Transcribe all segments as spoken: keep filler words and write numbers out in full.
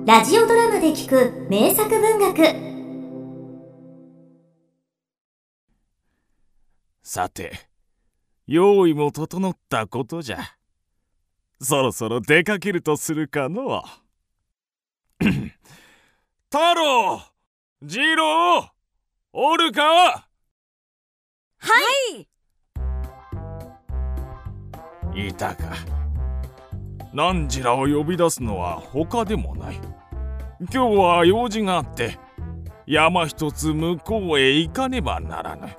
ラジオドラマで聞く名作文学。 さて、用意も整ったことじゃ。そろそろ出かけるとするかの太郎、次郎、おるか？ はい。 いたか。汝らを呼び出すのは他でもない。今日は用事があって山一つ向こうへ行かねばならぬ。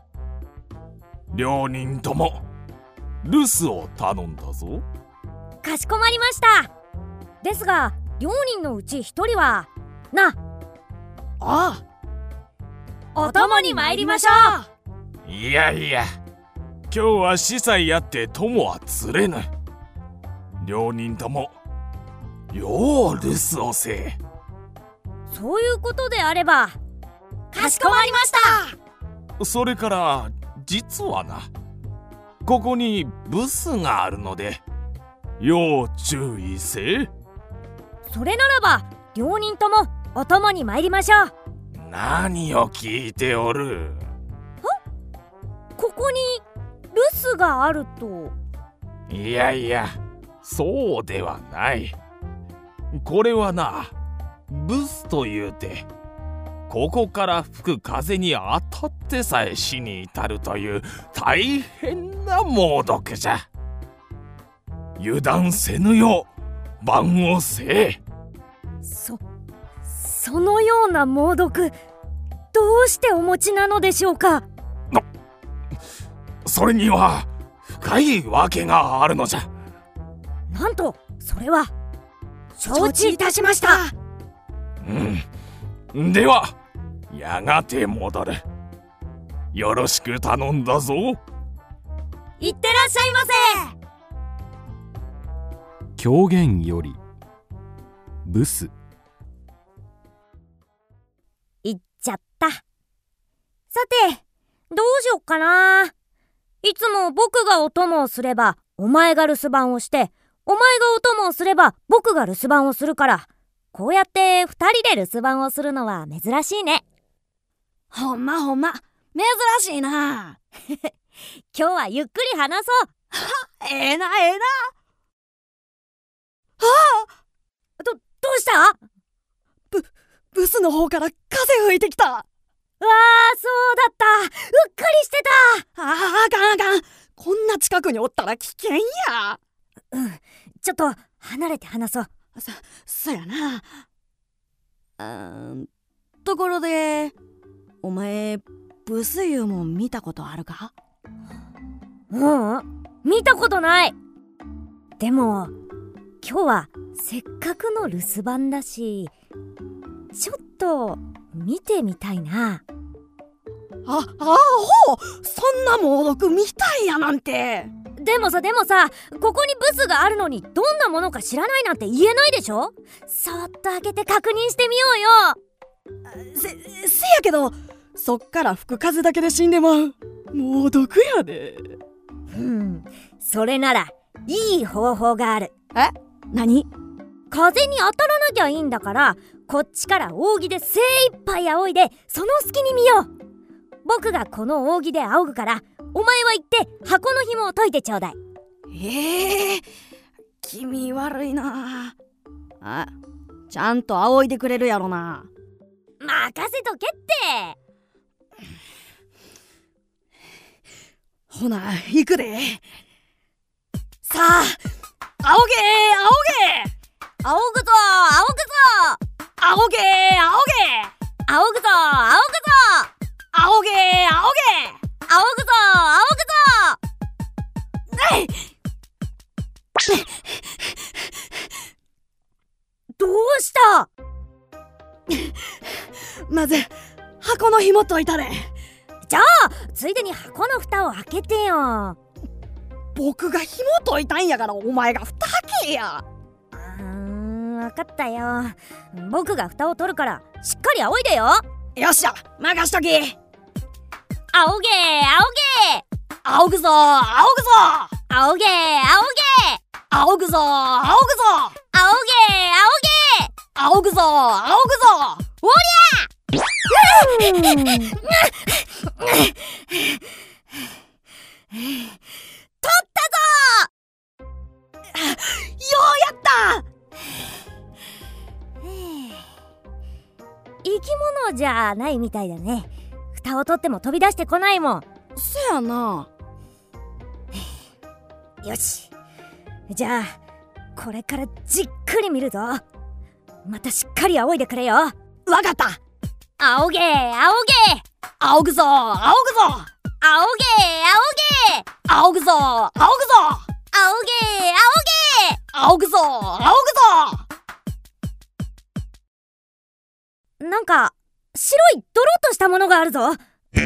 両人とも留守を頼んだぞ。 かしこまりました。ですが両人のうち一人はなああお供に参りましょう。いやいや、今日は司祭やって友は釣れぬ。両人ともよう留守をせえ。 そういうことであればかしこまりました。 それから実はな、ここにブスがあるので要注意せえ。 それならば両人ともお供に参りましょう。 何を聞いておる。 ここに留守があると。 いやいや、そうではない。これはな、ブスというてここから吹く風に当たってさえ死に至るという大変な猛毒じゃ。油断せぬよう番をせえ。 そそのような猛毒、どうしてお持ちなのでしょうか。 それには深いわけがあるのじゃ。 なんとそれは承知いたしました。 うん、ではやがて戻る。よろしく頼んだぞ。 いってらっしゃいませ。 狂言よりブス。 行っちゃった。さてどうしよっかな。いつも僕がお供をすればお前が留守番をして、お前がお供をすれば僕が留守番をするから、こうやって二人で留守番をするのは珍しいね。 ほんまほんま珍しいな。 今日はゆっくり話そう。 はええなええな。 はあ、どどうした？ ブブスの方から風吹いてきた。 わあ、そうだった。うっかりしてた。ああ、あかんあかん。こんな近くにおったら危険や。 うん、ちょっと離れて話そう。 そ、そやな。あーところでお前ブスユも見たことあるか？ ううん、見たことない。でも今日はせっかくの留守番だし、ちょっと見てみたいな。 あ、あほう、そんな猛毒見たいやなんて。 でもさでもさここにブスがあるのにどんなものか知らないなんて言えないでしょ。そーっと開けて確認してみようよ。せ、せやけどそっから吹く風だけで死んでまう。猛毒やで。 うん、それならいい方法がある。 え、何？ 風に当たらなきゃいいんだから、こっちから扇で精一杯仰いでその隙に見よう。僕がこの扇で仰ぐから、お前は行って箱の紐を解いてちょうだい。 ええー、気味悪いなあ。ちゃんと仰いでくれるやろな。 任せとけって。 ほな行くで。さあ仰げ仰げ。 仰ぐぞ仰ぐぞ。 仰げ仰げ。 仰ぐぞ仰ぐぞ。 仰げ仰げ。 仰ぐぞ仰ぐぞ。 えいどうした？ まず箱の紐解いたれ。 じゃあついでに箱の蓋を開けてよ。 僕が紐解いたんやから、お前が蓋開けや。 うーん、分かったよ。僕が蓋を取るからしっかり仰いでよ。 よっしゃ、任しとき。 仰げ仰げ。 仰ぐぞ仰ぐぞ。 仰げ仰げ。 仰ぐぞ仰ぐぞ。 仰げ仰げ。 仰ぐぞ仰ぐぞ。 おりゃ取ったぞ。 ようやった。 生き物じゃないみたいだね。蓋を取っても飛び出してこないもん。 そやな。 よし、じゃあこれからじっくり見るぞ。またしっかり仰いでくれよ。 わかった。 仰げ仰げ仰ぐぞ仰ぐぞ。 仰げ仰ぐぞ仰ぐぞ。 仰げ仰ぐぞ仰ぐぞ。 なんか白いドロッとしたものがあるぞ。なん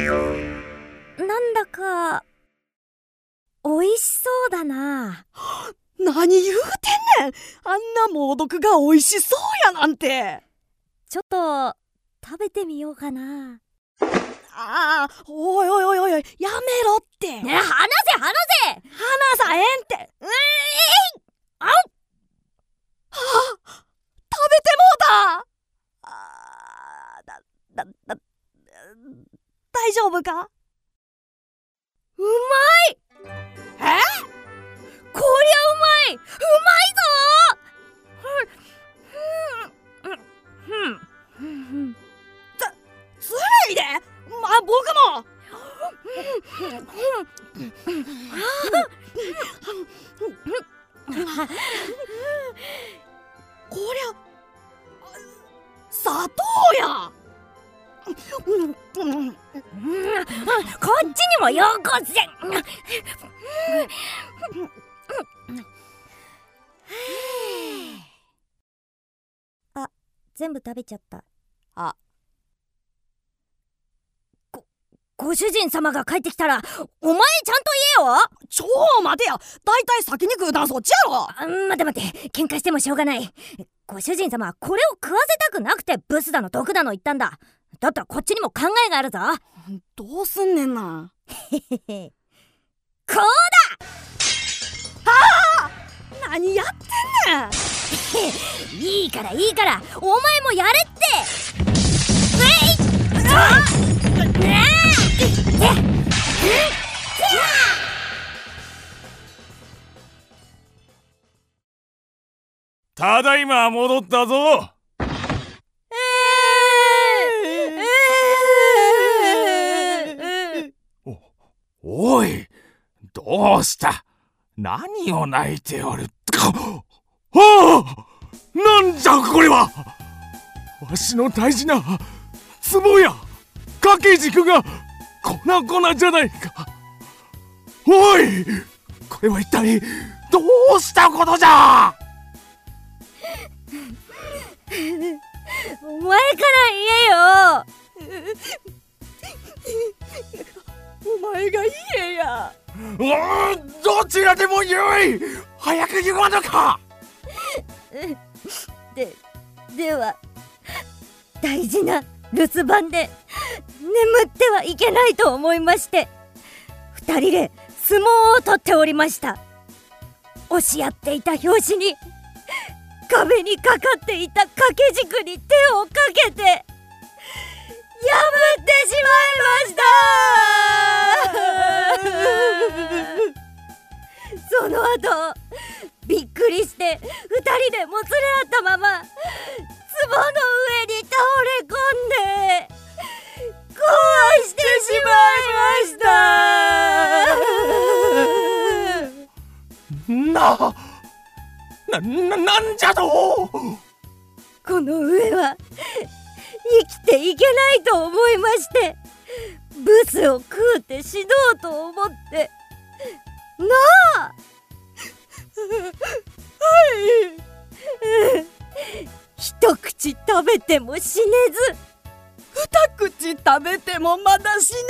だかおいしそうだな。 何言うてんねん。あんな猛毒がおいしそうやなんて。 ちょっと食べてみようかな。 ああ、おいおいおいおい、やめろって。 ねえ、離せ離せ。 離さへんって。 うーいあんはあ、食べてもうた。あーだだだ大丈夫か。 うまい。 え、 こりゃうまいうまいぞ。 ずるいで。まあ、僕もこりゃ砂糖や。 こっちにもよこせ。あ、全部食べちゃった。 あ、 ご、ご主人様が帰ってきたらお前ちゃんと言えよ。 ちょー待てや。だいたい先に食うたんそっちやろ。 あ、待て待て、喧嘩してもしょうがない。ご主人様はこれを食わせたくなくてブスだの毒だの言ったんだ。だったらこっちにも考えがあるぞ。 どうすんねんな。 へへへ。こうだ。 ああ、何やってんねん。 いいからいいからお前もやれって。えいっあっただいま戻ったぞ。お、おい、どうした？何を泣いておる？はあ！なんじゃこれは！わしの大事な壺や掛け軸が粉々じゃないか。おい、これは一体どうしたことじゃ！ お前から言えよ。 お前が言えや。 おー、どちらでもよい。早く言わぬか。 で、では大事な留守番で眠ってはいけないと思いまして、二人で相撲を取っておりました。押し合っていた拍子に壁にかかっていた掛け軸に手をかけて破ってしまいました。その後びっくりして二人でもつれ合ったまま壺の上に倒れ込んで壊してしまいました。 な、な、な、なんじゃと。 この上は生きていけないと思いまして、ブスを食うて死のうと思ってなあ。一口食べても死ねず、 二口食べてもまだ死ね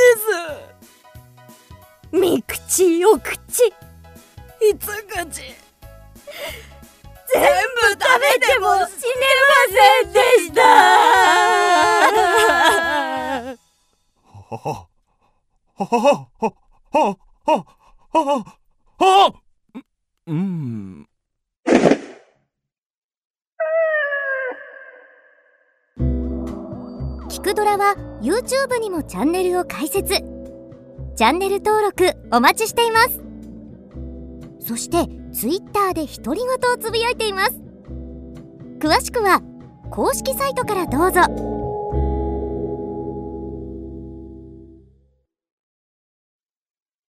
三口四口ず、五口全部食べても死ねませんでしたはははははははは。うん。 キクドラは YouTube にもチャンネルを開設。チャンネル登録お待ちしています。そして Twitter で独り言をつぶやいています。詳しくは公式サイトからどうぞ。